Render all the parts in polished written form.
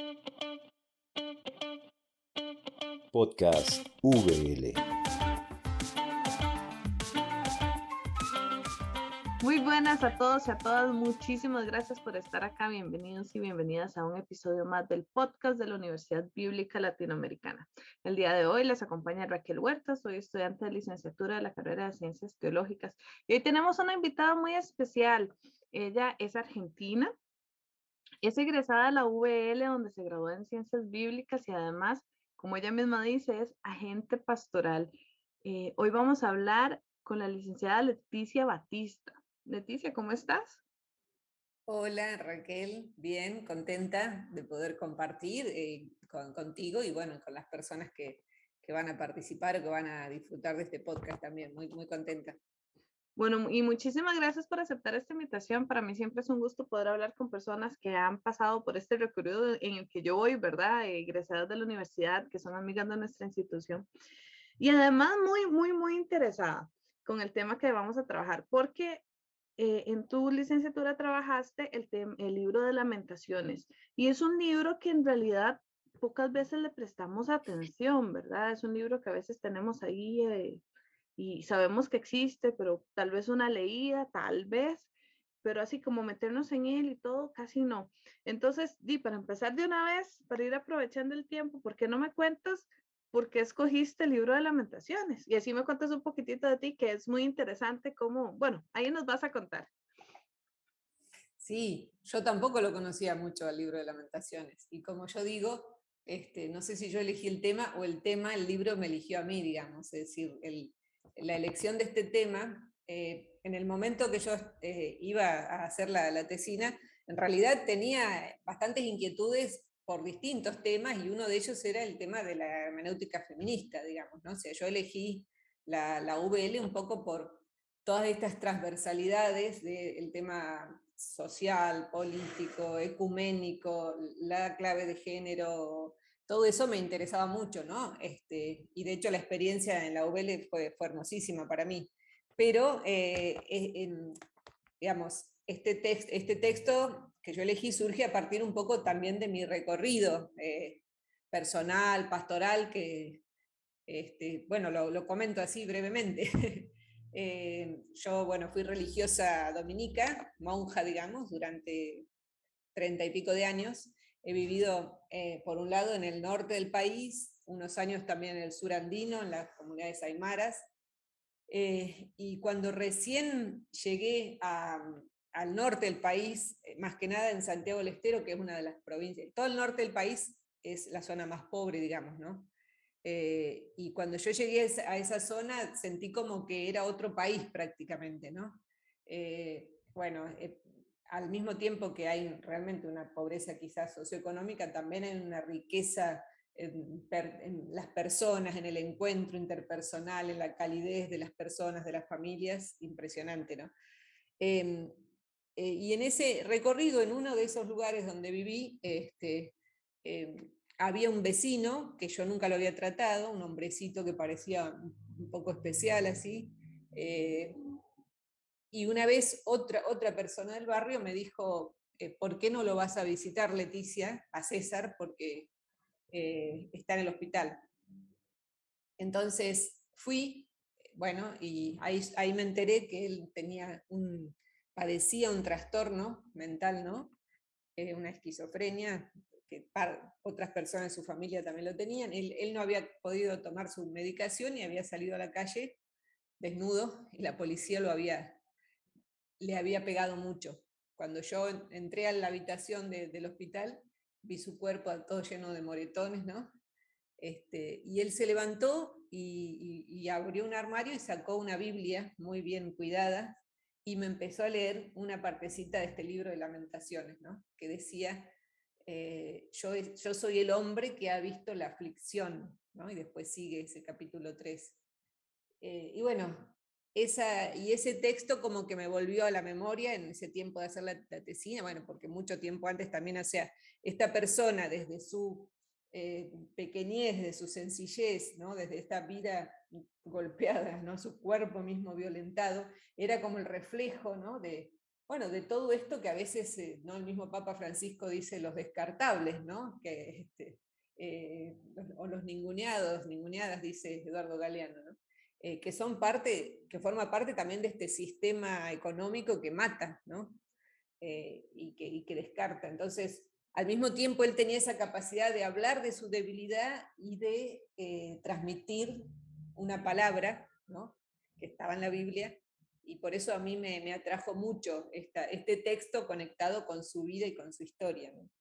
Podcast VL. Muy buenas a todos y a todas, muchísimas gracias por estar acá, bienvenidos y bienvenidas a un episodio más del podcast de la Universidad Bíblica Latinoamericana. El día de hoy les acompaña Raquel Huerta, soy estudiante de licenciatura de la carrera de Ciencias Teológicas y hoy tenemos una invitada muy especial. Ella es argentina, es egresada de la VL donde se graduó en Ciencias Bíblicas y además, como ella misma dice, es agente pastoral. Hoy vamos a hablar con la licenciada Leticia Batista. Leticia, ¿cómo estás? Hola Raquel, bien, contenta de poder compartir contigo y bueno, con las personas que van a participar o que van a disfrutar de este podcast también, muy, muy contenta. Bueno, y muchísimas gracias por aceptar esta invitación. Para mí siempre es un gusto poder hablar con personas que han pasado por este recorrido en el que yo voy, ¿verdad? Egresadas de la universidad, que son amigas de nuestra institución. Y además muy interesada con el tema que vamos a trabajar, porque en tu licenciatura trabajaste el libro de Lamentaciones y es un libro que en realidad pocas veces le prestamos atención, ¿verdad? Es un libro que a veces tenemos ahí y sabemos que existe, pero tal vez una leída, tal vez, pero así como meternos en él y todo, casi no. Entonces, para empezar de una vez, para ir aprovechando el tiempo, ¿por qué no me cuentas por qué escogiste el libro de Lamentaciones? Y así me cuentas un poquitito de ti, que es muy interesante cómo, bueno, ahí nos vas a contar. Sí, yo tampoco lo conocía mucho al libro de Lamentaciones y como yo digo, no sé si yo elegí el tema o el libro me eligió a mí, digamos, es decir, la elección de este tema, en el momento que yo iba a hacer la tesina, en realidad tenía bastantes inquietudes por distintos temas y uno de ellos era el tema de la hermenéutica feminista, digamos, ¿no? O sea, yo elegí la VL un poco por todas estas transversalidades del tema social, político, ecuménico, la clave de género, todo eso me interesaba mucho, ¿no? Y de hecho la experiencia en la UVL fue hermosísima para mí. Pero, digamos, este texto que yo elegí surge a partir un poco también de mi recorrido personal, pastoral, que, bueno, lo comento así brevemente. Yo, bueno, fui religiosa dominica, monja, digamos, durante 30 y pico de años. He vivido, por un lado, en el norte del país, unos años también en el sur andino, en las comunidades aymaras. Y cuando recién llegué al norte del país, más que nada en Santiago del Estero, que es una de las provincias, todo el norte del país es la zona más pobre, digamos, ¿no? Y cuando yo llegué a esa zona sentí como que era otro país prácticamente, ¿no? Bueno, al mismo tiempo que hay realmente una pobreza quizás socioeconómica, también hay una riqueza en las personas, en el encuentro interpersonal, en la calidez de las personas, de las familias, impresionante, ¿no? Y en ese recorrido, en uno de esos lugares donde viví, había un vecino que yo nunca lo había tratado, un hombrecito que parecía un poco especial así, y una vez otra persona del barrio me dijo, ¿por qué no lo vas a visitar, Leticia, a César? Porque está en el hospital. Entonces fui, bueno, y ahí me enteré que él padecía un trastorno mental, ¿no? Una esquizofrenia, que otras personas de su familia también lo tenían. Él no había podido tomar su medicación y había salido a la calle desnudo y la policía le había pegado mucho. Cuando yo entré a la habitación del hospital, vi su cuerpo todo lleno de moretones, ¿no? Y él se levantó y abrió un armario y sacó una Biblia muy bien cuidada y me empezó a leer una partecita de este libro de Lamentaciones, ¿no? Que decía, yo soy el hombre que ha visto la aflicción, ¿no? Y después sigue ese capítulo 3. Y bueno, ese texto como que me volvió a la memoria en ese tiempo de hacer la tesina, bueno, porque mucho tiempo antes también, o sea, esta persona desde su pequeñez, de su sencillez, ¿no? Desde esta vida golpeada, ¿no? Su cuerpo mismo violentado, era como el reflejo, ¿no? de bueno, de todo esto que a veces, ¿no? El mismo Papa Francisco dice los descartables, ¿no? O los ninguneadas, dice Eduardo Galeano, ¿no? Que son parte, que forma parte también de este sistema económico que mata, ¿no? Y que descarta. Entonces, al mismo tiempo él tenía esa capacidad de hablar de su debilidad y de transmitir una palabra, ¿no? Que estaba en la Biblia, y por eso a mí me atrajo mucho este texto conectado con su vida y con su historia, ¿no?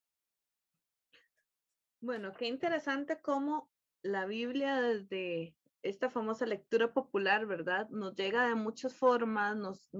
Bueno, qué interesante cómo la Biblia desde esta famosa lectura popular, ¿verdad? Nos llega de muchas formas,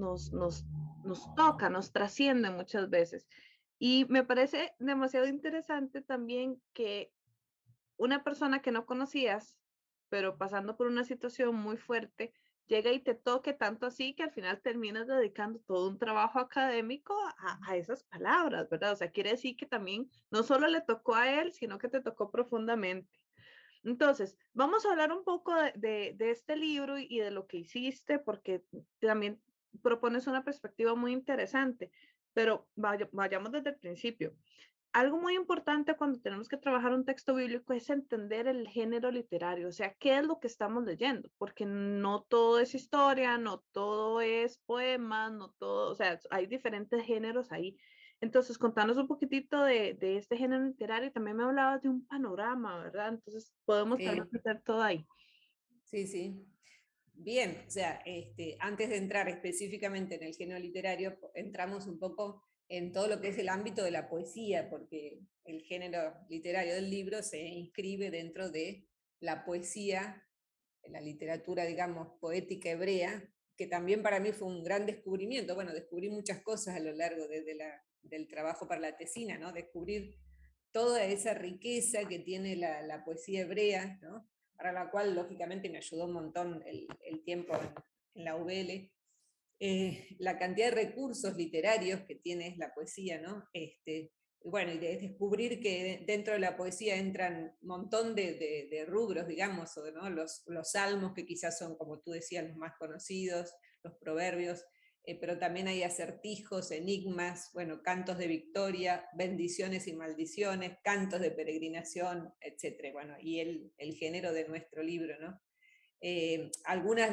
nos toca, nos trasciende muchas veces. Y me parece demasiado interesante también que una persona que no conocías, pero pasando por una situación muy fuerte, llega y te toque tanto así que al final terminas dedicando todo un trabajo académico a esas palabras, ¿verdad? O sea, quiere decir que también no solo le tocó a él, sino que te tocó profundamente. Entonces, vamos a hablar un poco de este libro y de lo que hiciste, porque también propones una perspectiva muy interesante, pero vayamos desde el principio. Algo muy importante cuando tenemos que trabajar un texto bíblico es entender el género literario, o sea, qué es lo que estamos leyendo, porque no todo es historia, no todo es poema, no todo, o sea, hay diferentes géneros ahí. Entonces, contanos un poquitito de este género literario y también me hablabas de un panorama, ¿verdad? Entonces, podemos tal vez Sí, meter todo ahí. sí, sí. Bien, o sea, antes de entrar específicamente en el género literario, entramos un poco en todo lo que es el ámbito de la poesía, porque el género literario del libro se inscribe dentro de la poesía, la literatura, digamos, poética hebrea, que también para mí fue un gran descubrimiento. Bueno, descubrí muchas cosas a lo largo del trabajo para la tesina, ¿no? Descubrir toda esa riqueza que tiene la poesía hebrea, ¿no? Para la cual, lógicamente, me ayudó un montón el tiempo en la UBL. La cantidad de recursos literarios que tiene la poesía, ¿no? Bueno, y de descubrir que dentro de la poesía entran un montón de rubros, digamos, ¿no? Los salmos, que quizás son, como tú decías, los más conocidos, los proverbios, pero también hay acertijos, enigmas, bueno, cantos de victoria, bendiciones y maldiciones, cantos de peregrinación, etc. Bueno, y el género de nuestro libro, ¿no? Algunas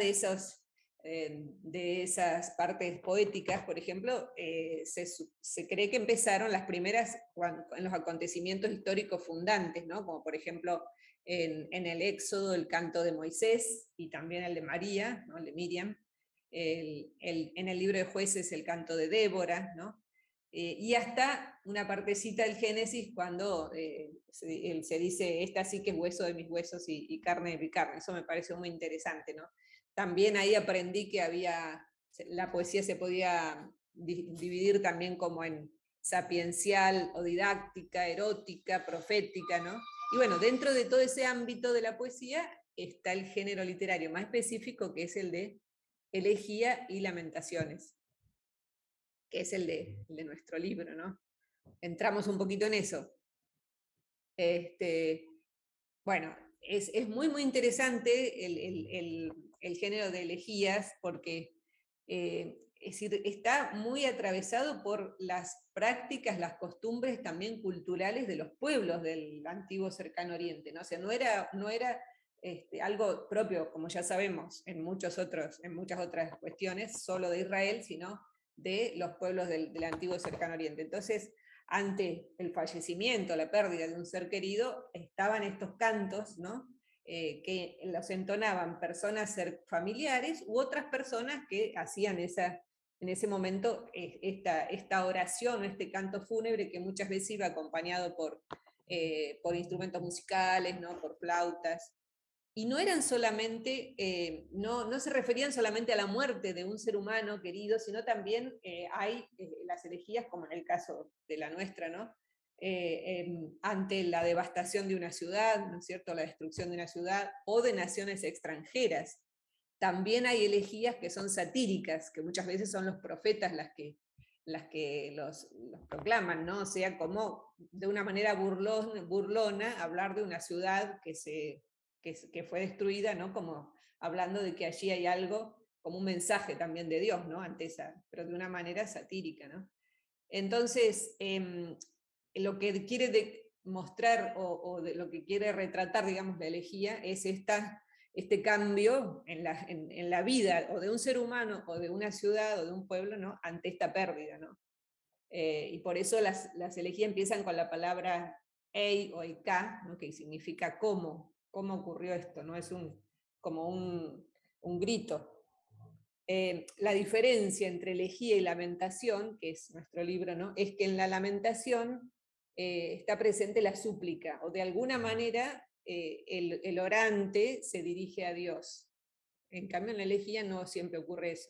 de esas partes poéticas, por ejemplo, se cree que empezaron las primeras en los acontecimientos históricos fundantes, ¿no? Como por ejemplo en el Éxodo, el canto de Moisés y también el de María, ¿no? El de Miriam. En el libro de Jueces, el canto de Débora, ¿no? Y hasta una partecita del Génesis cuando se dice, esta sí que es hueso de mis huesos y carne de mi carne. Eso me pareció muy interesante, ¿no? También ahí aprendí que la poesía se podía dividir también como en sapiencial o didáctica, erótica, profética, ¿no? Y bueno, dentro de todo ese ámbito de la poesía está el género literario más específico, que es el de elegía y lamentaciones, que es el de nuestro libro, ¿no? Entramos un poquito en eso. Bueno, es muy, muy interesante el género de elegías porque es decir, está muy atravesado por las prácticas, las costumbres también culturales de los pueblos del antiguo cercano oriente, ¿no? O sea, no era algo propio, como ya sabemos, en muchas otras cuestiones, solo de Israel, sino de los pueblos del antiguo cercano oriente. Entonces, ante el fallecimiento, la pérdida de un ser querido, estaban estos cantos, ¿no? Que los entonaban personas familiares u otras personas que hacían en ese momento esta oración, este canto fúnebre que muchas veces iba acompañado por instrumentos musicales, ¿no? Por flautas. Y no eran solamente, no se referían solamente a la muerte de un ser humano querido, sino también hay las elegías, como en el caso de la nuestra, ¿no? Ante la devastación de una ciudad, ¿no es cierto?, la destrucción de una ciudad o de naciones extranjeras. También hay elegías que son satíricas, que muchas veces son los profetas las que los proclaman, ¿no? O sea, como de una manera burlona hablar de una ciudad que fue destruida, ¿no? Como hablando de que allí hay algo, como un mensaje también de Dios, ¿no? Ante pero de una manera satírica, ¿no? Entonces, lo que quiere mostrar o de lo que quiere retratar, digamos, la elegía es este cambio en la vida o de un ser humano o de una ciudad o de un pueblo, ¿no? Ante esta pérdida, ¿no? Y por eso las elegías empiezan con la palabra ei o eika, ¿no? Que significa cómo ocurrió esto, no es como un grito. La diferencia entre elegía y lamentación, que es nuestro libro, ¿no? Es que en la lamentación está presente la súplica, o de alguna manera el orante se dirige a Dios. En cambio, en la elegía no siempre ocurre eso.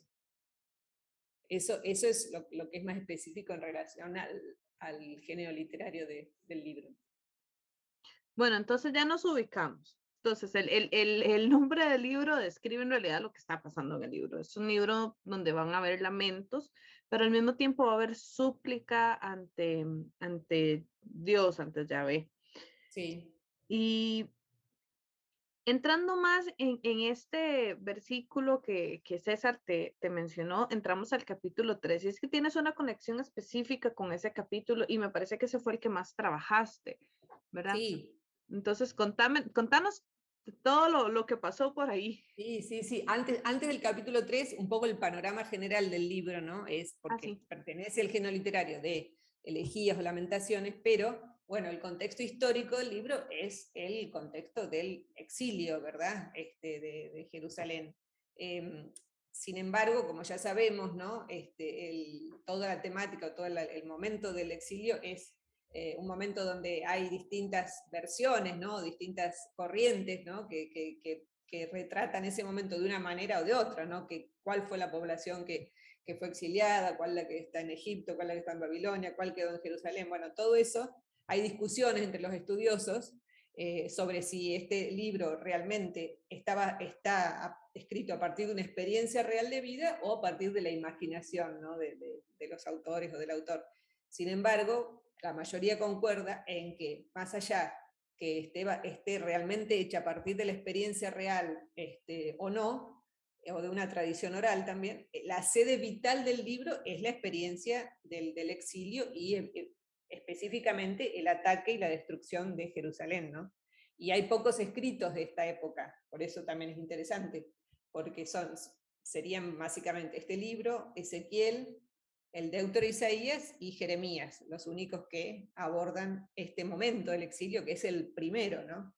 Eso es lo que es más específico en relación al género literario del libro. Bueno, entonces ya nos ubicamos. Entonces, el nombre del libro describe en realidad lo que está pasando en el libro. Es un libro donde van a haber lamentos, pero al mismo tiempo va a haber súplica ante Dios, ante Yahvé. Sí. Y entrando más en este versículo que César te mencionó, entramos al capítulo 3, y es que tienes una conexión específica con ese capítulo, y me parece que ese fue el que más trabajaste, ¿verdad? Sí. Entonces, contanos todo lo que pasó por ahí. Sí. Antes del capítulo 3, un poco el panorama general del libro, ¿no? Es porque pertenece al género literario de elegías o lamentaciones, pero bueno, el contexto histórico del libro es el contexto del exilio, ¿verdad? De Jerusalén. Sin embargo, como ya sabemos, ¿no? Toda la temática, todo el momento del exilio es un momento donde hay distintas versiones, ¿no? Distintas corrientes, ¿no? que retratan ese momento de una manera o de otra, ¿no? Cuál fue la población que fue exiliada, cuál la que está en Egipto, cuál la que está en Babilonia, cuál quedó en Jerusalén, bueno, todo eso, hay discusiones entre los estudiosos sobre si este libro realmente está escrito a partir de una experiencia real de vida o a partir de la imaginación, ¿no? de los autores o del autor. Sin embargo, la mayoría concuerda en que más allá que esté realmente hecha a partir de la experiencia real o no, o de una tradición oral también, la sede vital del libro es la experiencia del exilio y específicamente el ataque y la destrucción de Jerusalén, ¿no? Y hay pocos escritos de esta época, por eso también es interesante, porque serían básicamente este libro, Ezequiel, el Deutero Isaías y Jeremías, los únicos que abordan este momento del exilio, que es el primero, ¿no?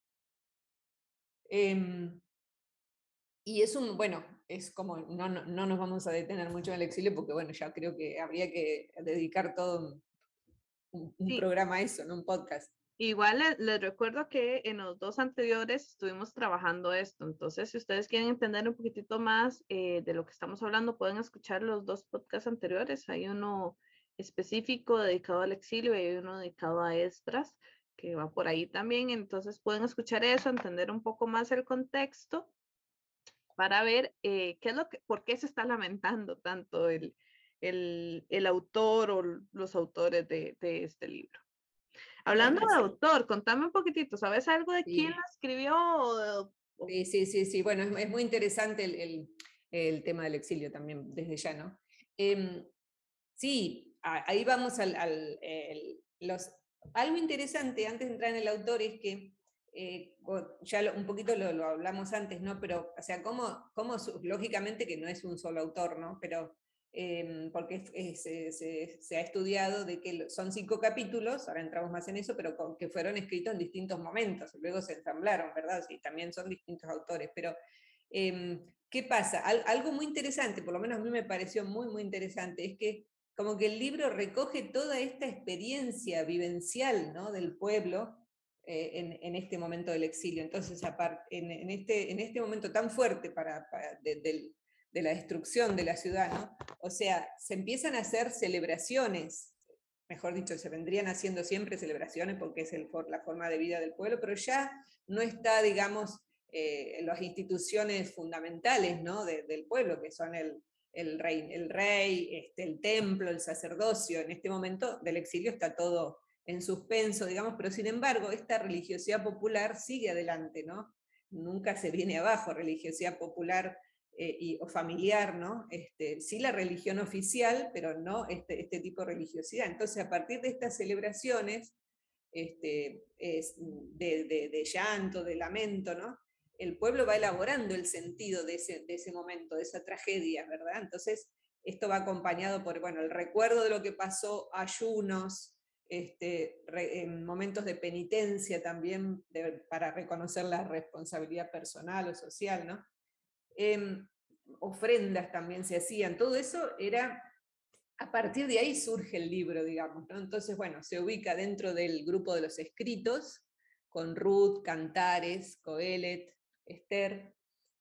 Y es es como, no nos vamos a detener mucho en el exilio, porque bueno, ya creo que habría que dedicar todo un programa a eso, ¿no? Un podcast. Igual les recuerdo que en los 2 anteriores estuvimos trabajando esto, entonces si ustedes quieren entender un poquitito más de lo que estamos hablando, pueden escuchar los 2 podcasts anteriores. Hay uno específico dedicado al exilio y hay uno dedicado a Esdras, que va por ahí también, entonces pueden escuchar eso, entender un poco más el contexto para ver por qué se está lamentando tanto el autor o los autores de este libro. Hablando de autor, contame un poquitito, ¿sabes algo de quién la escribió? Sí, bueno, es muy interesante el tema del exilio también, desde ya, ¿no? Sí, ahí vamos algo interesante, antes de entrar en el autor, es que, ya un poquito lo hablamos antes, ¿no? Pero, o sea, cómo lógicamente que no es un solo autor, ¿no? Pero porque se ha estudiado de que son 5 capítulos, ahora entramos más en eso, pero que fueron escritos en distintos momentos, luego se ensamblaron, ¿verdad? Sí, también son distintos autores, pero ¿qué pasa? Algo muy interesante, por lo menos a mí me pareció muy interesante, es que como que el libro recoge toda esta experiencia vivencial, ¿no? Del pueblo en este momento del exilio. Entonces, en este momento tan fuerte de la destrucción de la ciudad, ¿no? O sea, se empiezan a hacer celebraciones, mejor dicho, se vendrían haciendo siempre celebraciones porque es la forma de vida del pueblo, pero ya no está, digamos, las instituciones fundamentales, ¿no? del pueblo, que son el rey, el templo, el sacerdocio. En este momento del exilio está todo en suspenso, digamos, pero sin embargo esta religiosidad popular sigue adelante, ¿no? Nunca se viene abajo, religiosidad popular o familiar, ¿no? Sí la religión oficial, pero no este tipo de religiosidad. Entonces, a partir de estas celebraciones de llanto, de lamento, ¿no? El pueblo va elaborando el sentido de ese momento, de esa tragedia, ¿verdad? Entonces, esto va acompañado por, bueno, el recuerdo de lo que pasó, ayunos, en momentos de penitencia también, para reconocer la responsabilidad personal o social, ¿no? Ofrendas también se hacían, todo eso era, a partir de ahí surge el libro, digamos, ¿no? Entonces, bueno, se ubica dentro del grupo de los escritos, con Ruth, Cantares, Coelet, Esther.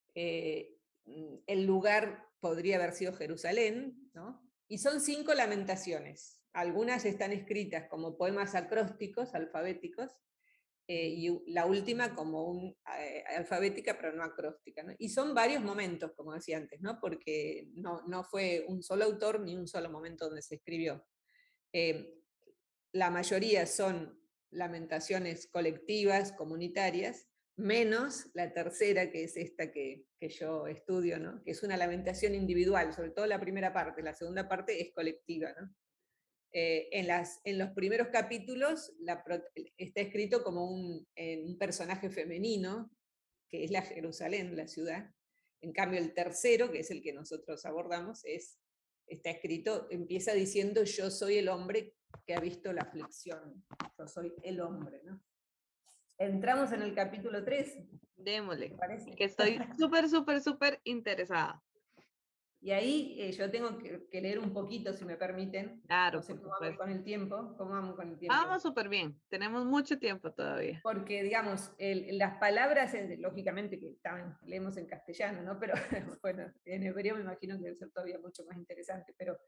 El lugar podría haber sido Jerusalén, ¿no? Y son 5 lamentaciones. Algunas están escritas como poemas acrósticos, alfabéticos, y la última como alfabética, pero no acróstica, ¿no? Y son varios momentos, como decía antes, ¿no? Porque no fue un solo autor ni un solo momento donde se escribió. La mayoría son lamentaciones colectivas, comunitarias, menos la tercera, que es esta que yo estudio, ¿no? Que es una lamentación individual, sobre todo la primera parte. La segunda parte es colectiva, ¿no? En los primeros capítulos está escrito como un personaje femenino, que es la Jerusalén, la ciudad. En cambio, el tercero, que es el que nosotros abordamos, está escrito, empieza diciendo: yo soy el hombre que ha visto la aflicción. Yo soy el hombre, ¿no? Entramos en el capítulo 3. Démosle, ¿Te parece? que estoy súper interesada. Y ahí yo tengo que leer un poquito, si me permiten. Claro, No sé por cómo vamos supuesto. con el tiempo. ¿Cómo vamos con el tiempo? Vamos súper bien, tenemos mucho tiempo todavía. Porque, digamos, las palabras, lógicamente que leemos en castellano, ¿no? Pero bueno, en hebreo me imagino que debe ser todavía mucho más interesante, pero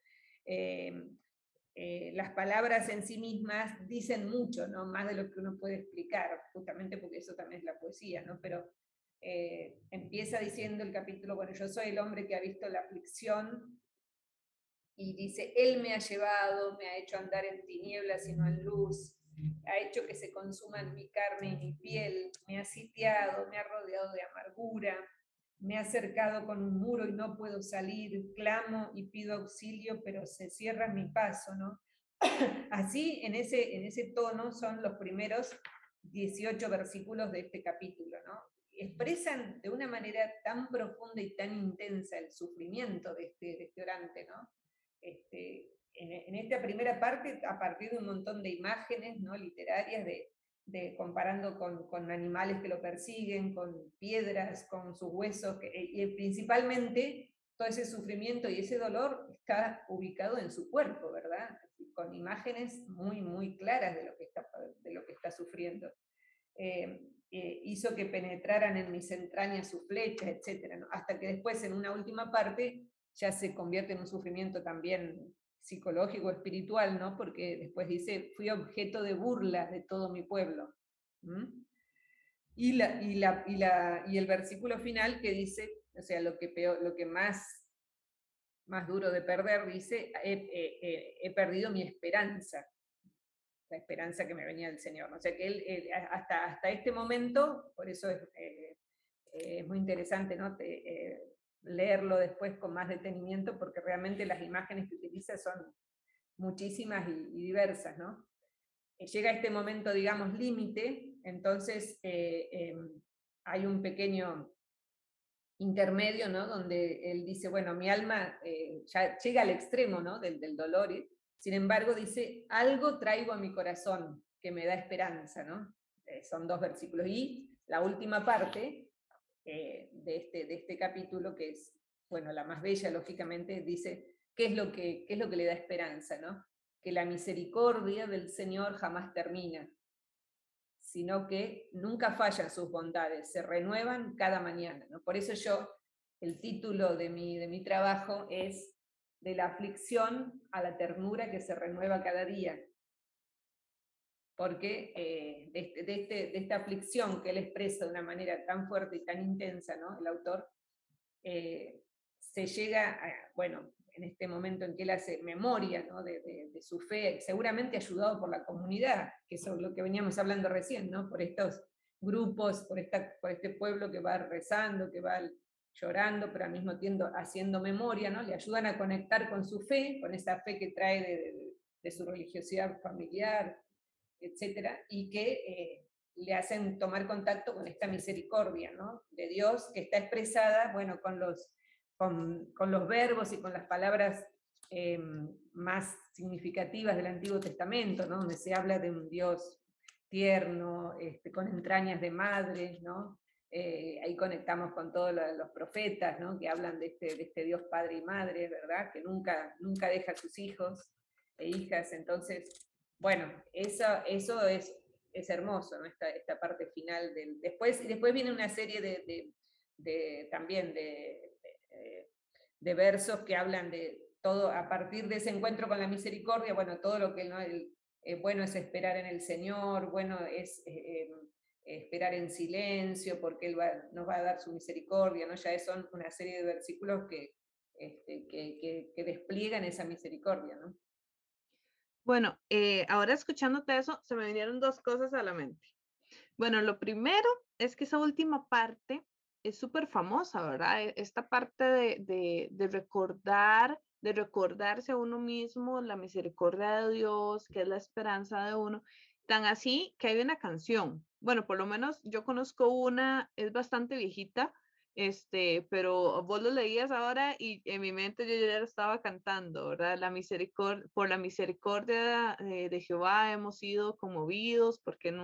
las palabras en sí mismas dicen mucho, ¿no? Más de lo que uno puede explicar, justamente porque eso también es la poesía, ¿no? Pero empieza diciendo el capítulo, bueno, yo soy el hombre que ha visto la aflicción, y dice: él me ha llevado, me ha hecho andar en tinieblas y no en luz, ha hecho que se consuman mi carne y mi piel, me ha sitiado, me ha rodeado de amargura, me ha cercado con un muro y no puedo salir, clamo y pido auxilio, pero se cierra mi paso, ¿no? Así, en ese tono son los primeros 18 versículos de este capítulo, ¿no? Expresan de una manera tan profunda y tan intensa el sufrimiento de este orante, ¿no? En esta primera parte, a partir de un montón de imágenes, ¿no? Literarias, comparando con animales que lo persiguen, con piedras, con sus huesos, y principalmente todo ese sufrimiento y ese dolor está ubicado en su cuerpo, ¿verdad? Con imágenes muy claras de lo que está sufriendo. Hizo que penetraran en mis entrañas sus flechas, etc., ¿no? Hasta que después, en una última parte, ya se convierte en un sufrimiento también psicológico, espiritual, ¿no? Porque después dice: fui objeto de burla de todo mi pueblo. Y el versículo final, que dice, o sea, lo que más duro de perder, dice: he perdido mi esperanza, la esperanza que me venía del Señor. O sea que él hasta este momento, por eso es muy interesante, ¿no? Leerlo después con más detenimiento, porque realmente las imágenes que utiliza son muchísimas y diversas, ¿no? Llega este momento, digamos, límite, entonces hay un pequeño intermedio, ¿no? Donde él dice: bueno, mi alma ya llega al extremo, ¿no? del dolor, sin embargo dice: algo traigo a mi corazón que me da esperanza, ¿no? Son 2 versículos. Y la última parte de este capítulo, que es, bueno, la más bella, lógicamente, dice: ¿qué es lo que le da esperanza, ¿no? Que la misericordia del Señor jamás termina, sino que nunca fallan sus bondades, se renuevan cada mañana, ¿no? Por eso el título de mi trabajo es: de la aflicción a la ternura que se renueva cada día. Porque de esta aflicción que él expresa de una manera tan fuerte y tan intensa, ¿no? El autor, se llega a, bueno, en este momento en que él hace memoria, ¿no? de su fe, seguramente ayudado por la comunidad, que es lo que veníamos hablando recién, ¿no? Por estos grupos, por este pueblo que va rezando, que va llorando, pero al mismo tiempo haciendo memoria, ¿no? Le ayudan a conectar con su fe, con esa fe que trae de su religiosidad familiar, etcétera, y que le hacen tomar contacto con esta misericordia, ¿no? De Dios, que está expresada, bueno, con los verbos y con las palabras más significativas del Antiguo Testamento, ¿no? Donde se habla de un Dios tierno, con entrañas de madre, ¿no? Ahí conectamos con todos los profetas, ¿no? Que hablan de este Dios padre y madre, ¿verdad? Que nunca deja a sus hijos e hijas. Entonces, bueno, eso es hermoso, ¿no? Esta parte final. Después viene una serie también de versos que hablan de todo, a partir de ese encuentro con la misericordia, bueno, todo lo que, ¿no? Bueno es esperar en el Señor, bueno es esperar en silencio, porque Él nos va a dar su misericordia, ¿no? Ya son una serie de versículos que despliegan esa misericordia, ¿no? Bueno, ahora escuchándote eso, se me vinieron dos cosas a la mente. Bueno, lo primero es que esa última parte es súper famosa, ¿verdad? Esta parte de recordar, de recordarse a uno mismo la misericordia de Dios, que es la esperanza de uno, tan así que hay una canción. Bueno, por lo menos yo conozco una, es bastante viejita, pero vos lo leías ahora y en mi mente yo ya lo estaba cantando, ¿verdad? Por la misericordia de Jehová hemos sido conmovidos,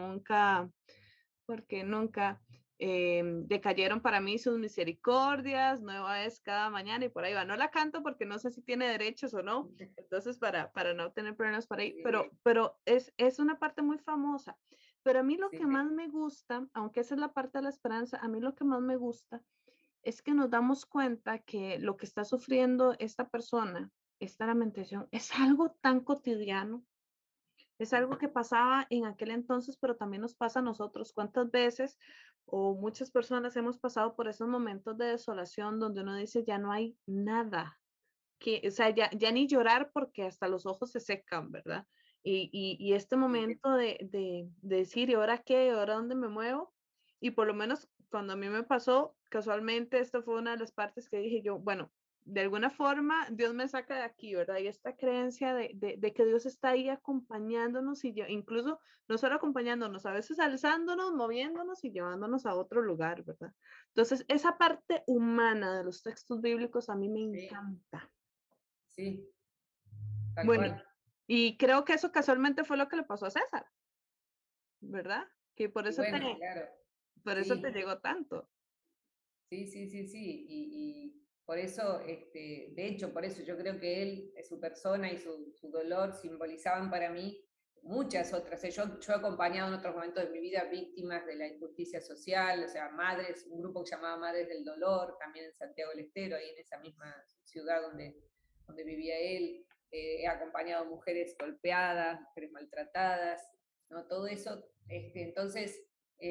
porque nunca decayeron para mí sus misericordias, nueva es cada mañana y por ahí va. No la canto porque no sé si tiene derechos o no, entonces para no tener problemas por ahí, Sí, pero es una parte muy famosa. Pero a mí lo sí, que más me gusta, aunque esa es la parte de la esperanza, a mí lo que más me gusta es que nos damos cuenta que lo que está sufriendo esta persona, esta lamentación, es algo tan cotidiano, es algo que pasaba en aquel entonces, pero también nos pasa a nosotros. ¿Cuántas veces o muchas personas hemos pasado por esos momentos de desolación donde uno dice, ya no hay nada, o sea, ya ni llorar porque hasta los ojos se secan, ¿verdad? Y este sí, momento de decir, ¿y ahora qué? ¿Y ahora dónde me muevo? Y por lo menos cuando a mí me pasó, casualmente, esto fue una de las partes que dije yo, bueno, de alguna forma Dios me saca de aquí, ¿verdad? Y esta creencia de que Dios está ahí acompañándonos y yo, incluso no solo acompañándonos, a veces alzándonos, moviéndonos y llevándonos a otro lugar, ¿verdad? Entonces, esa parte humana de los textos bíblicos a mí me sí, encanta. sí, tal Bueno, cual. y creo que eso casualmente fue lo que le pasó a César, ¿verdad? Que Y bueno, claro, por eso te sí. llegó tanto. Sí, sí, sí, sí, y por eso, de hecho, por eso yo creo que él, su persona y su dolor simbolizaban para mí muchas otras. Yo he acompañado en otros momentos de mi vida víctimas de la injusticia social, o sea, madres, un grupo que se llamaba Madres del Dolor, también en Santiago del Estero, ahí en esa misma ciudad donde vivía él. He acompañado mujeres golpeadas, mujeres maltratadas, ¿no? Todo eso, entonces,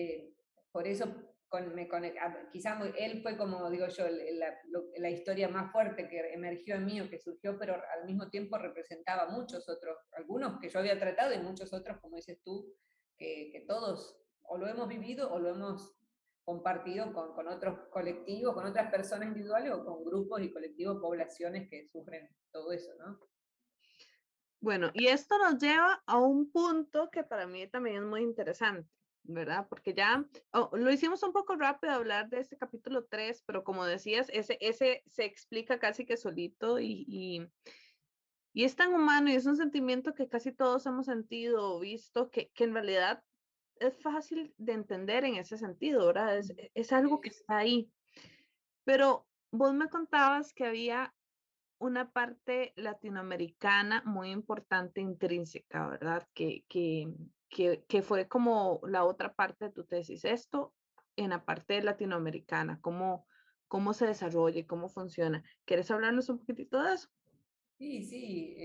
por eso quizás él fue, como digo yo, la historia más fuerte que emergió en mí o que surgió, pero al mismo tiempo representaba muchos otros, algunos que yo había tratado y muchos otros, como dices tú, que todos o lo hemos vivido o lo hemos compartido con otros colectivos, con otras personas individuales o con grupos y colectivos, poblaciones que sufren todo eso, ¿no? Bueno, y esto nos lleva a un punto que para mí también es muy interesante, ¿verdad? Porque ya lo hicimos un poco rápido hablar de este capítulo 3, pero como decías, ese se explica casi que solito y es tan humano y es un sentimiento que casi todos hemos sentido o visto que en realidad es fácil de entender en ese sentido, ¿verdad? Es algo que Sí, está ahí. Pero vos me contabas que había una parte latinoamericana muy importante intrínseca, ¿verdad? Que fue como la otra parte de tu tesis. Esto en la parte latinoamericana, cómo se desarrolla y cómo funciona. ¿Quieres hablarnos un poquitito de eso? sí, sí,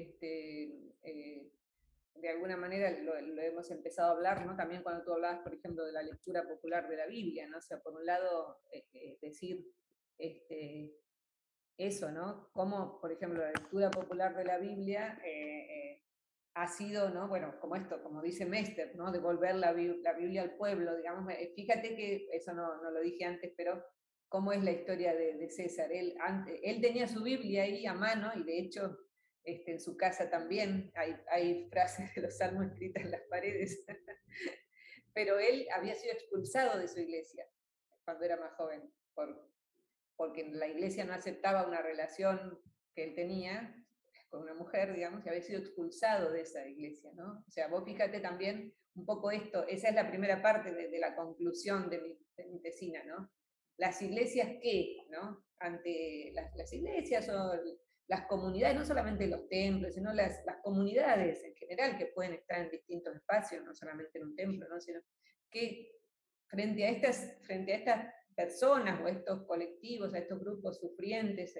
de alguna manera lo hemos empezado a hablar, ¿no? También cuando tú hablabas, por ejemplo, de la lectura popular de la Biblia, ¿no? O sea, por un lado, decir este, eso, ¿no? Como, por ejemplo, la lectura popular de la Biblia ha sido, ¿no? Bueno, como esto, como dice Mester, ¿no? Devolver la Biblia al pueblo, digamos. Fíjate que, eso no lo dije antes, pero cómo es la historia de César. Él tenía su Biblia ahí a mano y de hecho en su casa también hay frases de los salmos escritas en las paredes, pero él había sido expulsado de su iglesia cuando era más joven, porque la iglesia no aceptaba una relación que él tenía con una mujer, digamos, y había sido expulsado de esa iglesia, ¿no? O sea, vos fíjate también un poco esto, esa es la primera parte de la conclusión de mi tesina, ¿no? Las iglesias, ¿qué? ¿No? Ante las iglesias o las comunidades, no solamente los templos, sino las comunidades en general, que pueden estar en distintos espacios, no solamente en un templo, ¿no? Sino que frente a estas personas o a estos colectivos, a estos grupos sufrientes,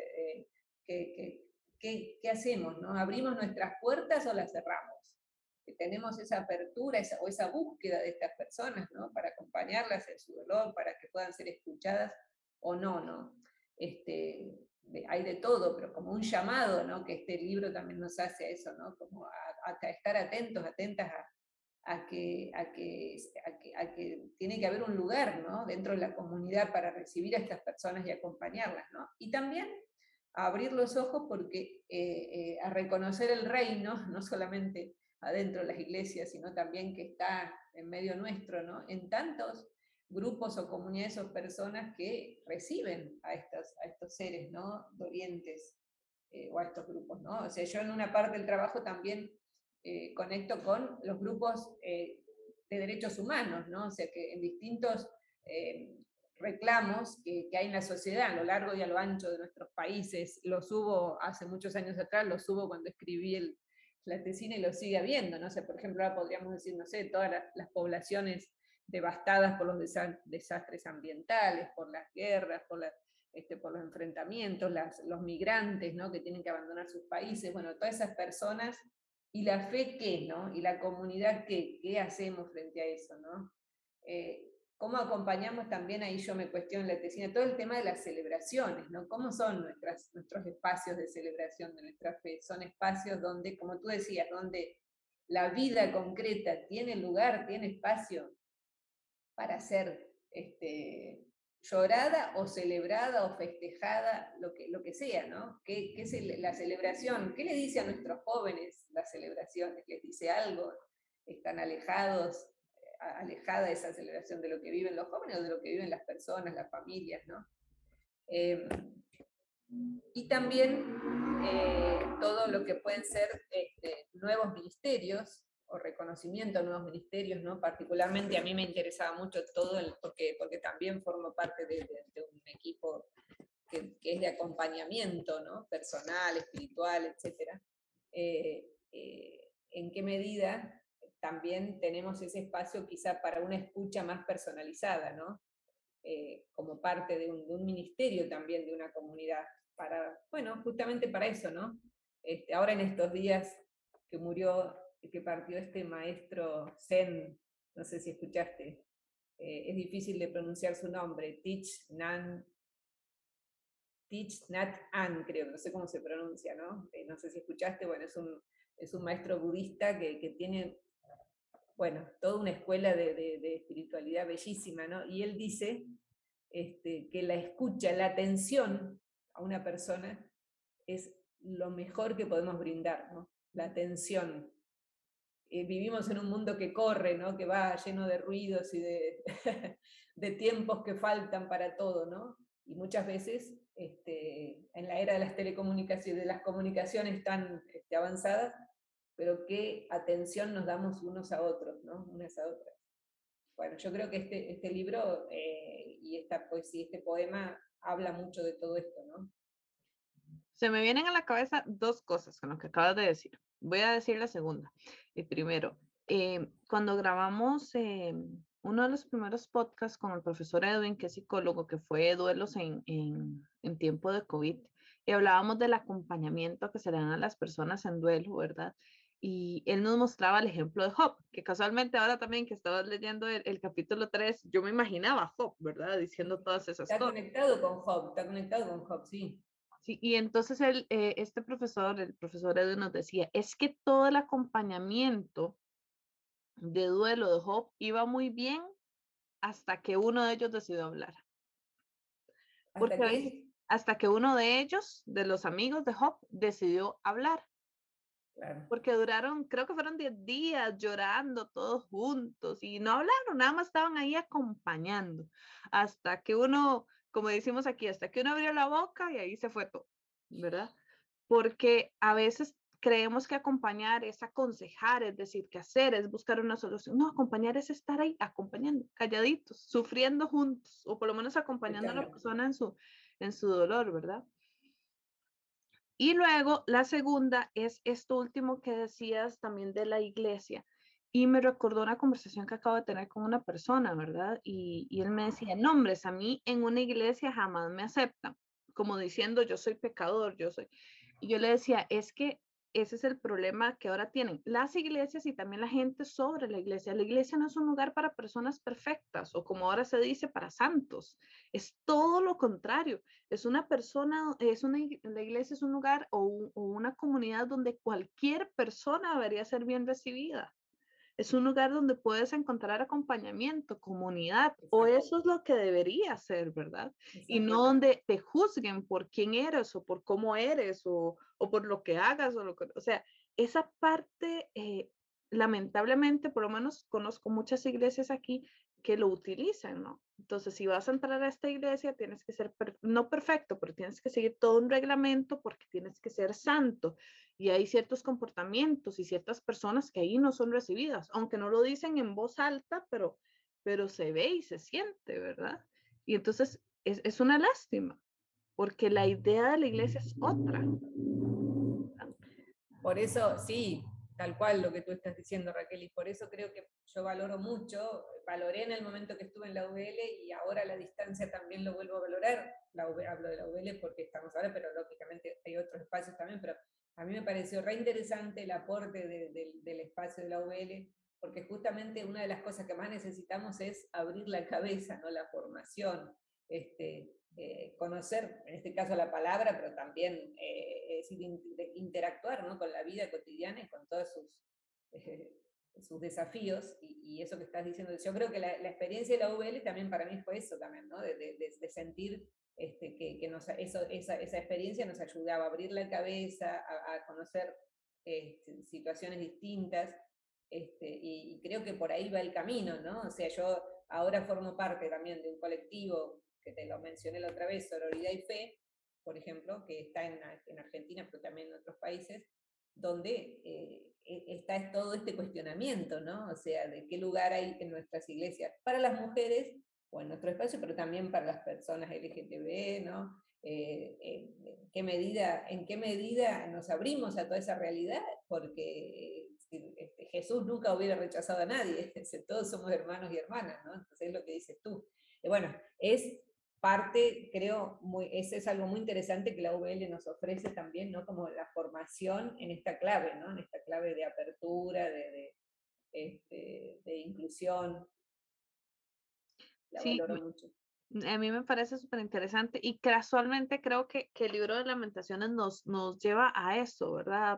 ¿qué hacemos? ¿No? ¿Abrimos nuestras puertas o las cerramos? Que tenemos esa apertura o esa búsqueda de estas personas, ¿no? Para acompañarlas en su dolor, para que puedan ser escuchadas o no, ¿no? Hay de todo, pero como un llamado, ¿no? Que este libro también nos hace a eso, ¿no? Como a estar atentos, atentas a que tiene que haber un lugar, ¿no? Dentro de la comunidad para recibir a estas personas y acompañarlas, ¿no? Y también a abrir los ojos porque a reconocer el reino, no solamente adentro de las iglesias, sino también que está en medio nuestro, ¿no? En tantos grupos o comunidades o personas que reciben a estos seres, ¿no? Dolientes, o a estos grupos, ¿no? O sea, yo en una parte del trabajo también conecto con los grupos de derechos humanos, ¿no? O sea, que en distintos reclamos que hay en la sociedad a lo largo y a lo ancho de nuestros países, los hubo hace muchos años atrás, los hubo cuando escribí la tesina y lo sigue habiendo, ¿no? O sea, por ejemplo, ahora podríamos decir, no sé, todas las poblaciones devastadas por los desastres ambientales, por las guerras, por los enfrentamientos, los migrantes, ¿no? Que tienen que abandonar sus países, bueno, todas esas personas, y la fe qué, ¿no? Y la comunidad qué hacemos frente a eso, ¿no? ¿Cómo acompañamos también, ahí yo me cuestiono en la tesina, todo el tema de las celebraciones, ¿no? ¿Cómo son nuestros espacios de celebración de nuestra fe? Son espacios donde, como tú decías, donde la vida concreta tiene lugar, tiene espacio para ser llorada o celebrada o festejada, lo que sea, ¿no? ¿Qué es la celebración? ¿Qué le dice a nuestros jóvenes las celebraciones? ¿Les dice algo? ¿Están alejada de esa celebración de lo que viven los jóvenes o de lo que viven las personas, las familias, ¿no? Y también todo lo que pueden ser nuevos ministerios o reconocimiento a nuevos ministerios, ¿no? Particularmente a mí me interesaba mucho todo, porque también formo parte de un equipo que es de acompañamiento, ¿no? Personal, espiritual, etc. ¿En qué medida también tenemos ese espacio quizá para una escucha más personalizada, ¿no? Como parte de un ministerio también de una comunidad, bueno, justamente para eso, ¿no? Ahora en estos días que partió este maestro Zen, no sé si escuchaste, es difícil de pronunciar su nombre, Thich Nhat Hanh, creo, no sé cómo se pronuncia, ¿no? No sé si escuchaste, bueno, es un maestro budista que tiene, bueno, toda una escuela de espiritualidad bellísima, ¿no? Y él dice que la escucha, la atención a una persona es lo mejor que podemos brindar, ¿no? La atención. Vivimos en un mundo que corre, ¿no? Que va lleno de ruidos y de tiempos que faltan para todo, ¿no? Y muchas veces, en la era de las telecomunicaciones, de las comunicaciones tan avanzadas, pero qué atención nos damos unos a otros, ¿no? Unas a otras. Bueno, yo creo que este libro y esta poesía, este poema, habla mucho de todo esto, ¿no? Se me vienen a la cabeza dos cosas con lo que acabas de decir. Voy a decir la segunda. Primero, cuando grabamos uno de los primeros podcasts con el profesor Edwin, que es psicólogo, que fue duelos en tiempo de COVID, y hablábamos del acompañamiento que se le dan a las personas en duelo, ¿verdad? Y él nos mostraba el ejemplo de Job, que casualmente ahora también que estabas leyendo el capítulo 3, yo me imaginaba a Job, ¿verdad? Diciendo todas esas cosas. Está conectado con Job, sí. Sí, y entonces este profesor, el profesor Edwin nos decía, es que todo el acompañamiento de duelo de Job iba muy bien hasta que uno de ellos decidió hablar. Porque a veces, hasta que uno de ellos, de los amigos de Job, decidió hablar. Claro. Porque duraron, creo que fueron 10 días llorando todos juntos y no hablaron, nada más estaban ahí acompañando. Hasta que uno, como decimos aquí, hasta que uno abrió la boca y ahí se fue todo, ¿verdad? Porque a veces creemos que acompañar es aconsejar, es decir, qué hacer, es buscar una solución. No, acompañar es estar ahí acompañando, calladitos, sufriendo juntos, o por lo menos acompañando a la persona en su dolor, ¿verdad? Y luego la segunda es esto último que decías también de la iglesia. Y me recordó una conversación que acabo de tener con una persona, ¿verdad? Y él me decía, no, hombres, a mí en una iglesia jamás me aceptan, como diciendo, yo soy pecador, yo soy. Y yo le decía, es que ese es el problema que ahora tienen las iglesias y también la gente sobre la iglesia. La iglesia no es un lugar para personas perfectas o como ahora se dice, para santos. Es todo lo contrario. Es una persona, la iglesia es un lugar o una comunidad donde cualquier persona debería ser bien recibida. Es un lugar donde puedes encontrar acompañamiento, comunidad, o Exacto. eso es lo que debería ser, ¿verdad? Y Exacto. no donde te juzguen por quién eres o por cómo eres o por lo que hagas o sea, esa parte, lamentablemente, por lo menos conozco muchas iglesias aquí que lo utilizan, ¿no? Entonces, si vas a entrar a esta iglesia, tienes que ser, no perfecto, pero tienes que seguir todo un reglamento porque tienes que ser santo. Y hay ciertos comportamientos y ciertas personas que ahí no son recibidas, aunque no lo dicen en voz alta, pero se ve y se siente, ¿verdad? Y entonces es una lástima, porque la idea de la iglesia es otra. Por eso, sí, tal cual lo que tú estás diciendo, Raquel, y por eso creo que yo valoro mucho, valoré en el momento que estuve en la UBL y ahora a la distancia también lo vuelvo a valorar. Hablo de la UBL porque estamos ahora, pero lógicamente hay otros espacios también, pero a mí me pareció re interesante el aporte del espacio de la UBL, porque justamente una de las cosas que más necesitamos es abrir la cabeza, ¿no? La formación, conocer, en este caso la palabra, pero también interactuar, ¿no? Con la vida cotidiana y con todos sus desafíos, y eso que estás diciendo. Yo creo que la experiencia de la UBL también para mí fue eso también, ¿no? De sentir esa experiencia nos ayudaba a abrir la cabeza, a conocer situaciones distintas, y creo que por ahí va el camino, ¿no? O sea, yo ahora formo parte también de un colectivo que te lo mencioné la otra vez, Sororidad y Fe, por ejemplo, que está en Argentina, pero también en otros países, donde está todo este cuestionamiento, ¿no? O sea, de qué lugar hay en nuestras iglesias para las mujeres o en nuestro espacio, pero también para las personas LGTB, ¿no? ¿En qué medida nos abrimos a toda esa realidad? Porque Jesús nunca hubiera rechazado a nadie, todos somos hermanos y hermanas, ¿no? Entonces es lo que dices tú. Bueno, es parte, creo, ese es algo muy interesante que la UBL nos ofrece también, ¿no? Como la formación en esta clave, ¿no? En esta clave de apertura, de inclusión. La Sí, valoro mucho. a mí me parece súper interesante y casualmente creo que el libro de Lamentaciones nos lleva a eso, ¿verdad?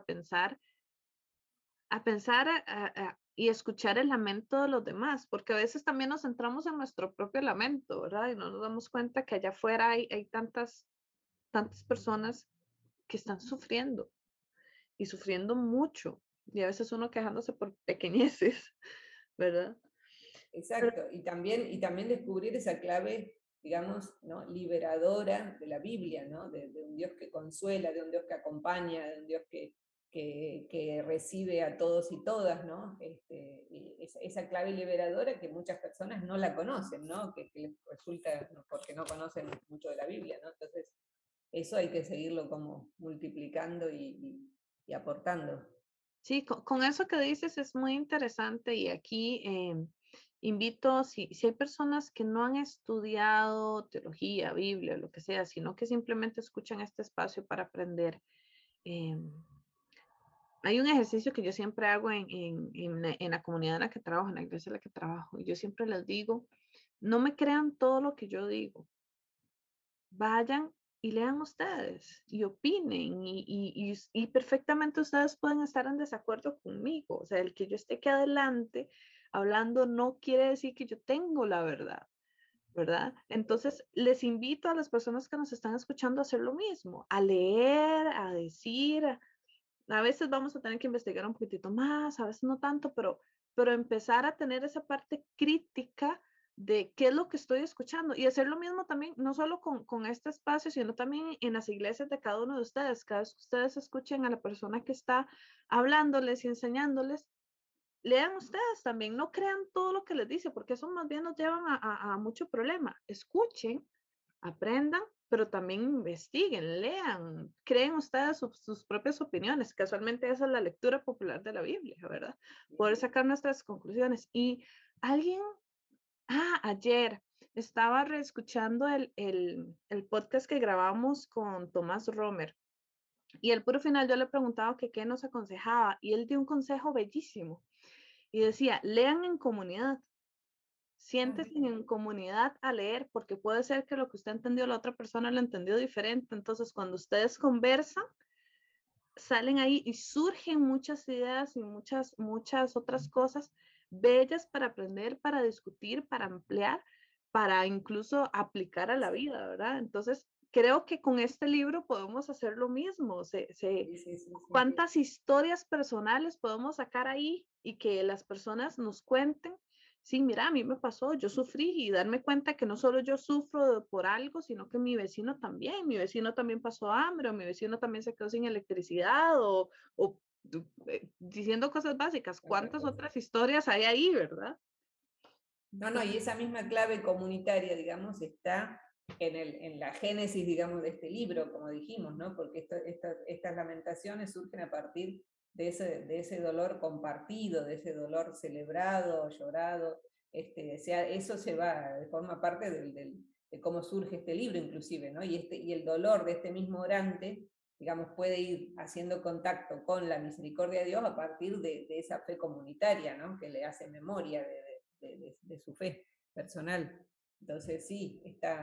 Y escuchar el lamento de los demás, porque a veces también nos centramos en nuestro propio lamento, ¿verdad? Y no nos damos cuenta que allá afuera hay tantas personas que están sufriendo y sufriendo mucho, y a veces uno quejándose por pequeñeces, ¿verdad? Exacto, y también descubrir esa clave, digamos, ¿no? Liberadora de la Biblia, ¿no? De un Dios que consuela, de un Dios que acompaña, de un Dios que recibe a todos y todas, ¿no? Esa clave liberadora que muchas personas no la conocen, ¿no? Que les resulta, ¿no? Porque no conocen mucho de la Biblia, ¿no? Entonces, eso hay que seguirlo como multiplicando y aportando. Sí, con eso que dices es muy interesante y aquí invito, si hay personas que no han estudiado teología, Biblia, lo que sea, sino que simplemente escuchan este espacio para aprender, hay un ejercicio que yo siempre hago en la comunidad en la que trabajo, en la iglesia en la que trabajo, y yo siempre les digo, no me crean todo lo que yo digo, vayan y lean ustedes y opinen y perfectamente ustedes pueden estar en desacuerdo conmigo. O sea, el que yo esté aquí adelante hablando no quiere decir que yo tengo la verdad. ¿verdad? Entonces, les invito a las personas que nos están escuchando a hacer lo mismo, a leer, a decir, a veces vamos a tener que investigar un poquitito más, a veces no tanto, pero empezar a tener esa parte crítica de qué es lo que estoy escuchando y hacer lo mismo también, no solo con este espacio, sino también en las iglesias de cada uno de ustedes. Cada vez que ustedes escuchen a la persona que está hablándoles y enseñándoles, lean ustedes también, no crean todo lo que les dice, porque eso más bien nos llevan a mucho problema. Escuchen, aprendan, pero también investiguen, lean, creen ustedes sus propias opiniones. Casualmente esa es la lectura popular de la Biblia, ¿verdad? Poder sacar nuestras conclusiones. Y alguien, ayer estaba reescuchando el podcast que grabamos con Tomás Romer. Y el puro final yo le preguntaba que qué nos aconsejaba y él dio un consejo bellísimo y decía, lean en comunidad, siéntese en comunidad a leer, porque puede ser que lo que usted entendió, la otra persona lo entendió diferente. Entonces, cuando ustedes conversan, salen ahí y surgen muchas ideas y muchas otras cosas bellas para aprender, para discutir, para ampliar, para incluso aplicar a la vida, ¿verdad? Entonces, creo que con este libro podemos hacer lo mismo. Sí. ¿Cuántas historias personales podemos sacar ahí y que las personas nos cuenten? Sí, mira, a mí me pasó, yo sufrí y darme cuenta que no solo yo sufro por algo, sino que mi vecino también pasó hambre, o mi vecino también se quedó sin electricidad, diciendo cosas básicas. ¿Cuántas otras historias hay ahí, verdad? No, y esa misma clave comunitaria, digamos, está en la génesis, digamos, de este libro, como dijimos, ¿no? Porque estas lamentaciones surgen a partir de ese dolor compartido, de ese dolor celebrado, llorado. Eso forma parte de cómo surge este libro, inclusive, ¿no? Y el dolor de este mismo orante, digamos, puede ir haciendo contacto con la misericordia de Dios a partir de esa fe comunitaria, ¿no? Que le hace memoria de su fe personal. Entonces sí,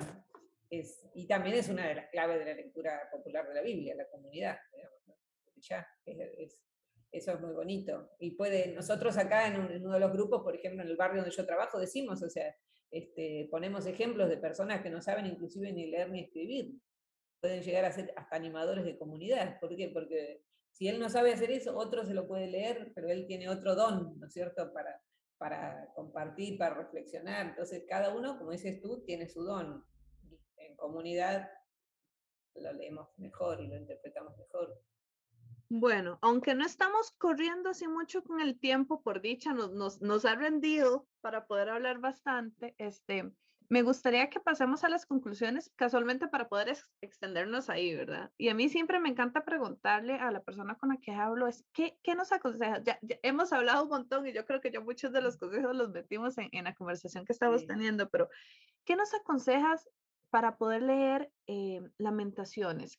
y también es una de las claves de la lectura popular de la Biblia, la comunidad, digamos, ¿no? Ya, eso es muy bonito. Y nosotros acá en uno de los grupos, por ejemplo, en el barrio donde yo trabajo, decimos, o sea, ponemos ejemplos de personas que no saben inclusive ni leer ni escribir. Pueden llegar a ser hasta animadores de comunidad. ¿Por qué? Porque si él no sabe hacer eso, otro se lo puede leer, pero él tiene otro don, ¿no es cierto?, para compartir, para reflexionar. Entonces, cada uno, como dices tú, tiene su don. En comunidad lo leemos mejor y lo interpretamos mejor. Bueno, aunque no estamos corriendo así mucho con el tiempo, por dicha, nos ha rendido para poder hablar bastante. Me gustaría que pasemos a las conclusiones casualmente para poder extendernos ahí, ¿verdad? Y a mí siempre me encanta preguntarle a la persona con la que hablo, ¿qué nos aconseja? Ya hemos hablado un montón y yo creo que ya muchos de los consejos los metimos en la conversación que estamos teniendo, pero ¿qué nos aconsejas para poder leer Lamentaciones?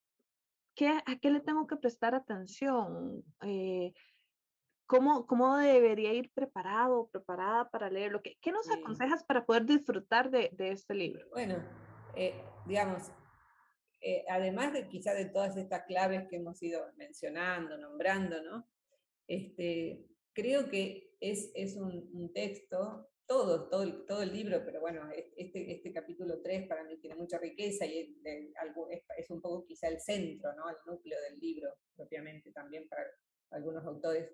¿A qué le tengo que prestar atención? ¿Cómo debería ir preparado o preparada para leerlo? ¿Qué nos aconsejas para poder disfrutar de este libro? Bueno, digamos, además de quizá de todas estas claves que hemos ido mencionando, nombrando, ¿no? Creo que es un texto, todo el libro, pero bueno, este capítulo 3 para mí tiene mucha riqueza y es un poco quizá el centro, ¿no? El núcleo del libro, propiamente también para algunos autores.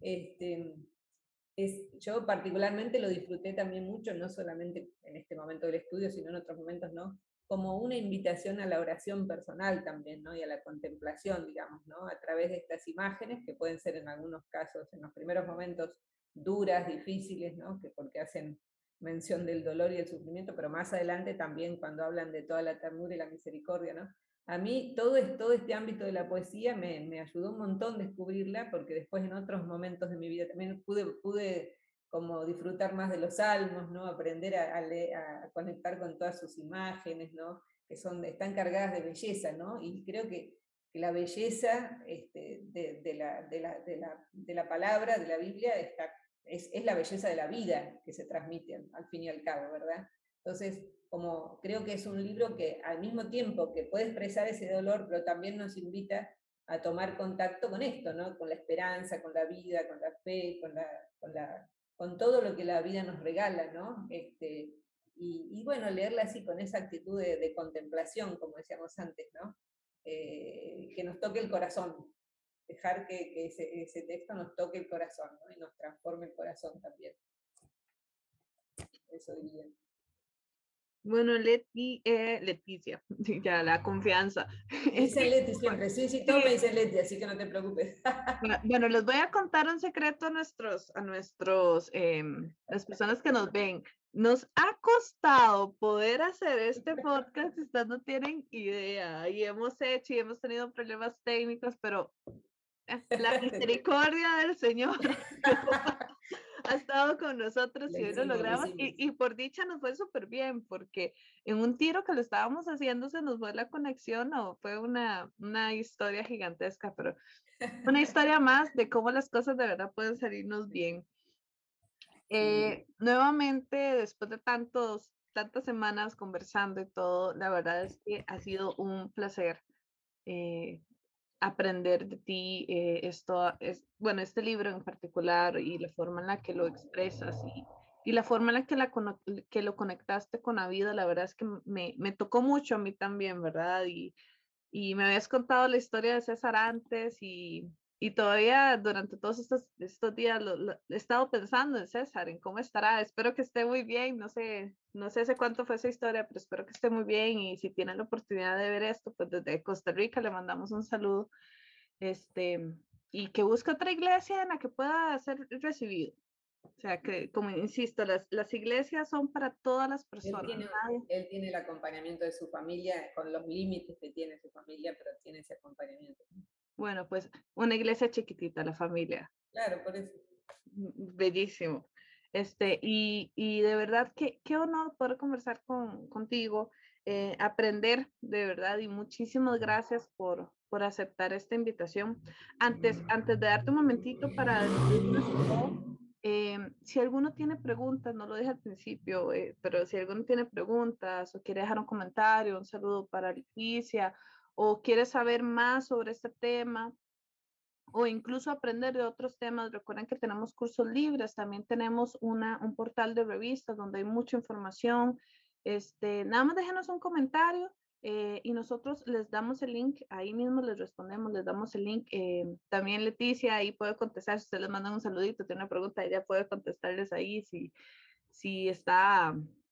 Yo particularmente lo disfruté también mucho, no solamente en este momento del estudio, sino en otros momentos, ¿no? Como una invitación a la oración personal también, ¿no? Y a la contemplación, digamos, ¿no? A través de estas imágenes, que pueden ser en algunos casos, en los primeros momentos, duras, difíciles, ¿no? Porque hacen mención del dolor y el sufrimiento, pero más adelante también cuando hablan de toda la ternura y la misericordia, ¿no? A mí todo este ámbito de la poesía me ayudó un montón a descubrirla, porque después en otros momentos de mi vida también pude como disfrutar más de los salmos, ¿no? Aprender a conectar con todas sus imágenes, ¿no? Que están cargadas de belleza, ¿no? Y creo que la belleza de la palabra, de la Biblia, es la belleza de la vida que se transmite al fin y al cabo, ¿verdad? Entonces, como creo que es un libro que al mismo tiempo que puede expresar ese dolor, pero también nos invita a tomar contacto con esto, ¿no? Con la esperanza, con la vida, con la fe, con todo lo que la vida nos regala, ¿no? y bueno, leerla así con esa actitud de contemplación, como decíamos antes, ¿no? Que nos toque el corazón, dejar que ese texto nos toque el corazón, ¿no? Y nos transforme el corazón también. Eso diría. Bueno, Leticia, ya la confianza. Me dicen Leti siempre, sí, todos me dicen Leti, así que no te preocupes. Bueno, les voy a contar un secreto a las personas que nos ven. Nos ha costado poder hacer este podcast, ustedes no tienen idea, y hemos hecho y hemos tenido problemas técnicos, pero la misericordia del Señor ha estado con nosotros y hoy lo logramos y por dicha nos fue súper bien porque en un tiro que lo estábamos haciendo se nos fue la conexión o fue una historia gigantesca, pero una historia más de cómo las cosas de verdad pueden salirnos bien. Nuevamente, después de tantas semanas conversando y todo, la verdad es que ha sido un placer aprender de ti. Bueno, este libro en particular y la forma en la que lo expresas y la forma en la que lo conectaste con la vida, la verdad es que me tocó mucho a mí también, ¿verdad? Y me habías contado la historia de César antes y todavía durante todos estos días he estado pensando en César, en cómo estará. Espero que esté muy bien. No sé hace cuánto fue esa historia, pero espero que esté muy bien. Y si tienen la oportunidad de ver esto, pues desde Costa Rica le mandamos un saludo. Y que busque otra iglesia en la que pueda ser recibido. O sea, que, como insisto, las iglesias son para todas las personas. Él tiene el acompañamiento de su familia, con los límites que tiene su familia, pero tiene ese acompañamiento. Bueno, pues una iglesia chiquitita, la familia. Claro, por eso. Bellísimo. Y de verdad, qué honor poder conversar contigo, aprender de verdad y muchísimas gracias por aceptar esta invitación. Antes de darte un momentito para despedirnos y todo, si alguno tiene preguntas, no lo dije al principio, pero si alguno tiene preguntas o quiere dejar un comentario, un saludo para Leticia o quiere saber más sobre este tema, o incluso aprender de otros temas. Recuerden que tenemos cursos libres, también tenemos un portal de revistas donde hay mucha información. Nada más déjenos un comentario y nosotros les damos el link, ahí mismo les respondemos, les damos el link. También Leticia ahí puede contestar, si ustedes les mandan un saludito, tiene una pregunta, ella puede contestarles ahí si está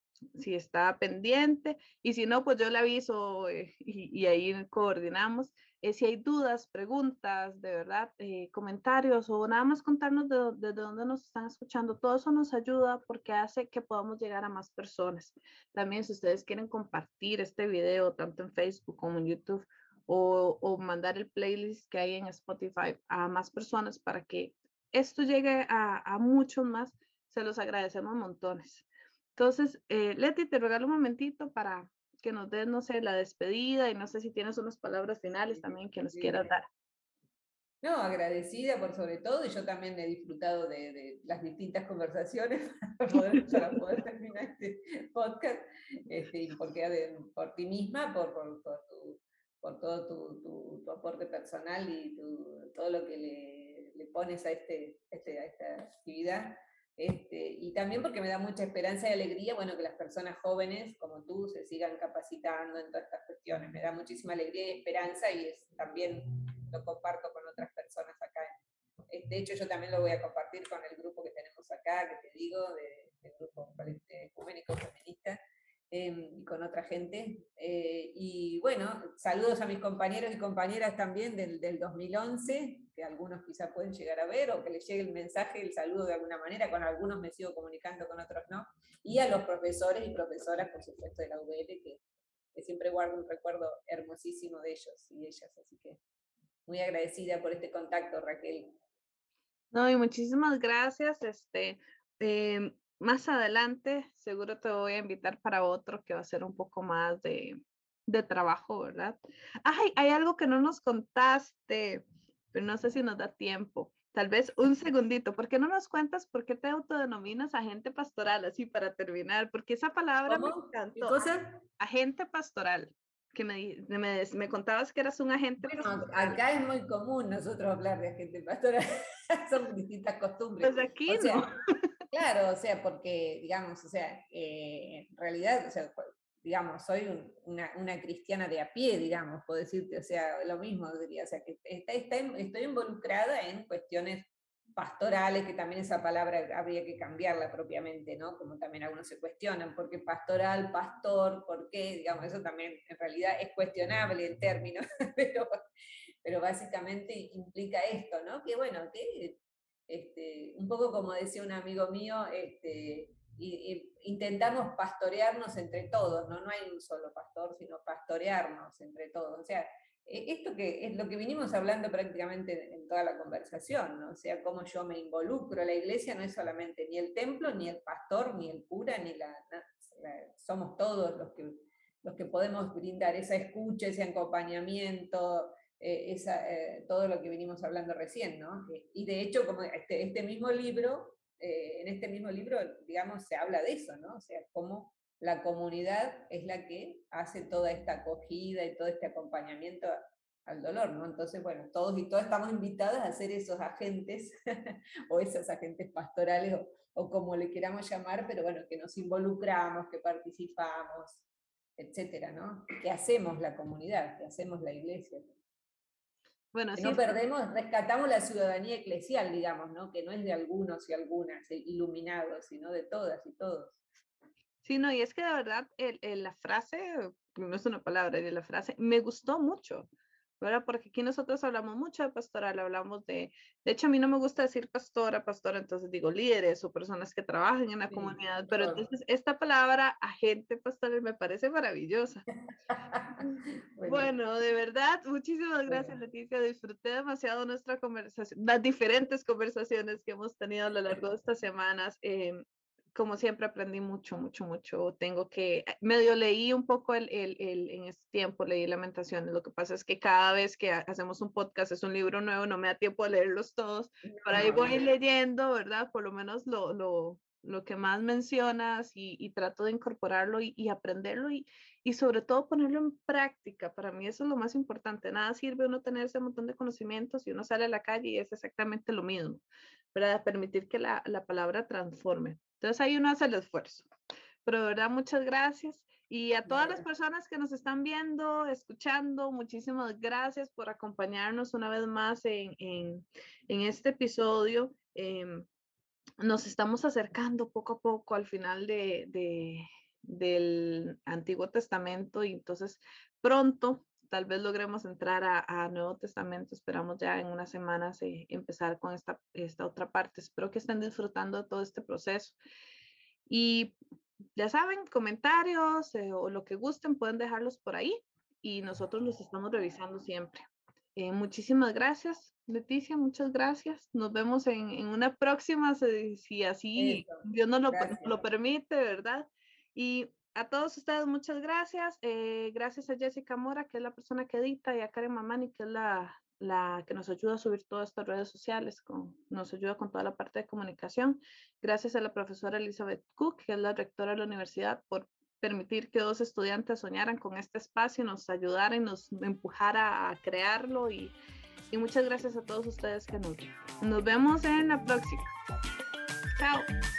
pendiente y si no, pues yo le aviso y ahí coordinamos. Si hay dudas, preguntas, de verdad, comentarios o nada más contarnos desde dónde nos están escuchando, todo eso nos ayuda porque hace que podamos llegar a más personas. También si ustedes quieren compartir este video tanto en Facebook como en YouTube o mandar el playlist que hay en Spotify a más personas para que esto llegue a muchos más, se los agradecemos montones. Entonces, Leti, te regalo un momentito para que nos des, no sé, la despedida y no sé si tienes unas palabras finales también que nos quieras dar. No, agradecida por sobre todo, y yo también he disfrutado de las distintas conversaciones para poder terminar este podcast, porque por ti misma, por todo tu aporte personal y todo lo que le pones a esta actividad. Y también porque me da mucha esperanza y alegría, bueno, que las personas jóvenes como tú se sigan capacitando en todas estas cuestiones. Me da muchísima alegría y esperanza y también lo comparto con otras personas acá. De hecho, yo también lo voy a compartir con el grupo que tenemos acá, que te digo, del grupo ecuménico feminista, y con otra gente. Y bueno, saludos a mis compañeros y compañeras también del 2011, que algunos quizá pueden llegar a ver, o que les llegue el mensaje, el saludo de alguna manera, con algunos me sigo comunicando, con otros no, y a los profesores y profesoras, por supuesto, de la UBL, que siempre guardo un recuerdo hermosísimo de ellos y ellas, así que muy agradecida por este contacto, Raquel. No, y muchísimas gracias. Más adelante seguro te voy a invitar para otro que va a ser un poco más de trabajo, ¿verdad? Ay, hay algo que no nos contaste, pero no sé si nos da tiempo. Tal vez un segundito. ¿Por qué no nos cuentas por qué te autodenominas agente pastoral? Así para terminar, porque esa palabra me encantó. ¿Qué cosa? Agente pastoral. Que me contabas que eras un agente pastoral. Acá es muy común nosotros hablar de agente pastoral. Son distintas costumbres. Pues aquí o sea, no. Claro, o sea, porque, digamos, o sea, en realidad, o sea, digamos, soy una cristiana de a pie, digamos, puedo decirte, o sea, lo mismo diría, o sea, que estoy involucrada en cuestiones pastorales, que también esa palabra habría que cambiarla propiamente, ¿no? Como también algunos se cuestionan, ¿por qué pastoral, pastor? ¿Por qué? Digamos, eso también en realidad es cuestionable el término, pero básicamente implica esto, ¿no? Que bueno, que un poco como decía un amigo mío, intentamos pastorearnos entre todos, ¿no? No hay un solo pastor, sino pastorearnos entre todos. O sea, esto que es lo que vinimos hablando prácticamente en toda la conversación, ¿no? O sea, cómo yo me involucro. La iglesia no es solamente ni el templo, ni el pastor, ni el cura, ni somos todos los que podemos brindar esa escucha, ese acompañamiento, todo lo que venimos hablando recién, ¿no? Y de hecho, como este mismo libro, en este mismo libro, digamos, se habla de eso, ¿no? O sea, cómo la comunidad es la que hace toda esta acogida y todo este acompañamiento al dolor, ¿no? Entonces, bueno, todos y todas estamos invitados a ser esos agentes o esos agentes pastorales o como le queramos llamar, pero bueno, que nos involucramos, que participamos, etcétera, ¿no? Que hacemos la comunidad, que hacemos la iglesia. Bueno, Que sí, no perdemos, rescatamos la ciudadanía eclesial, digamos, ¿no? Que no es de algunos y algunas iluminados, sino de todas y todos. sí, no, y es que de verdad la frase, no es una palabra, la frase me gustó mucho, ¿verdad? Porque aquí nosotros hablamos mucho de pastoral, hablamos de hecho a mí no me gusta decir pastora, entonces digo líderes o personas que trabajan en la comunidad, pero entonces esta palabra agente pastoral me parece maravillosa. Bueno, de verdad, muchísimas gracias, Leticia. Disfruté demasiado nuestra conversación, las diferentes conversaciones que hemos tenido a lo largo de estas semanas. Como siempre, aprendí mucho, mucho, mucho. Medio leí un poco en este tiempo, leí Lamentaciones. Lo que pasa es que cada vez que hacemos un podcast es un libro nuevo, no me da tiempo de leerlos todos. Por ahí voy leyendo, ¿verdad? Por lo menos lo que más mencionas y trato de incorporarlo y aprenderlo y sobre todo ponerlo en práctica. Para mí eso es lo más importante. Nada sirve uno tener ese montón de conocimientos y uno sale a la calle y es exactamente lo mismo, para permitir que la palabra transforme. Entonces ahí uno hace el esfuerzo. Pero de verdad, muchas gracias. Y a todas las personas que nos están viendo, escuchando, muchísimas gracias por acompañarnos una vez más en este episodio. Nos estamos acercando poco a poco al final del Antiguo Testamento y entonces pronto tal vez logremos entrar a Nuevo Testamento. Esperamos ya en unas semanas empezar con esta otra parte. Espero que estén disfrutando de todo este proceso. Y ya saben, comentarios o lo que gusten pueden dejarlos por ahí y nosotros los estamos revisando siempre. Muchísimas gracias, Leticia, muchas gracias. Nos vemos en una próxima, si así Dios nos lo permite, ¿verdad? Y a todos ustedes, muchas gracias. Gracias a Jessica Mora, que es la persona que edita, y a Karen Mamani, que es la que nos ayuda a subir todas estas redes sociales, nos ayuda con toda la parte de comunicación. Gracias a la profesora Elizabeth Cook, que es la rectora de la universidad, por permitir que 2 estudiantes soñaran con este espacio, nos ayudaran, nos empujara a crearlo y muchas gracias a todos ustedes que nos vemos en la próxima. Chao.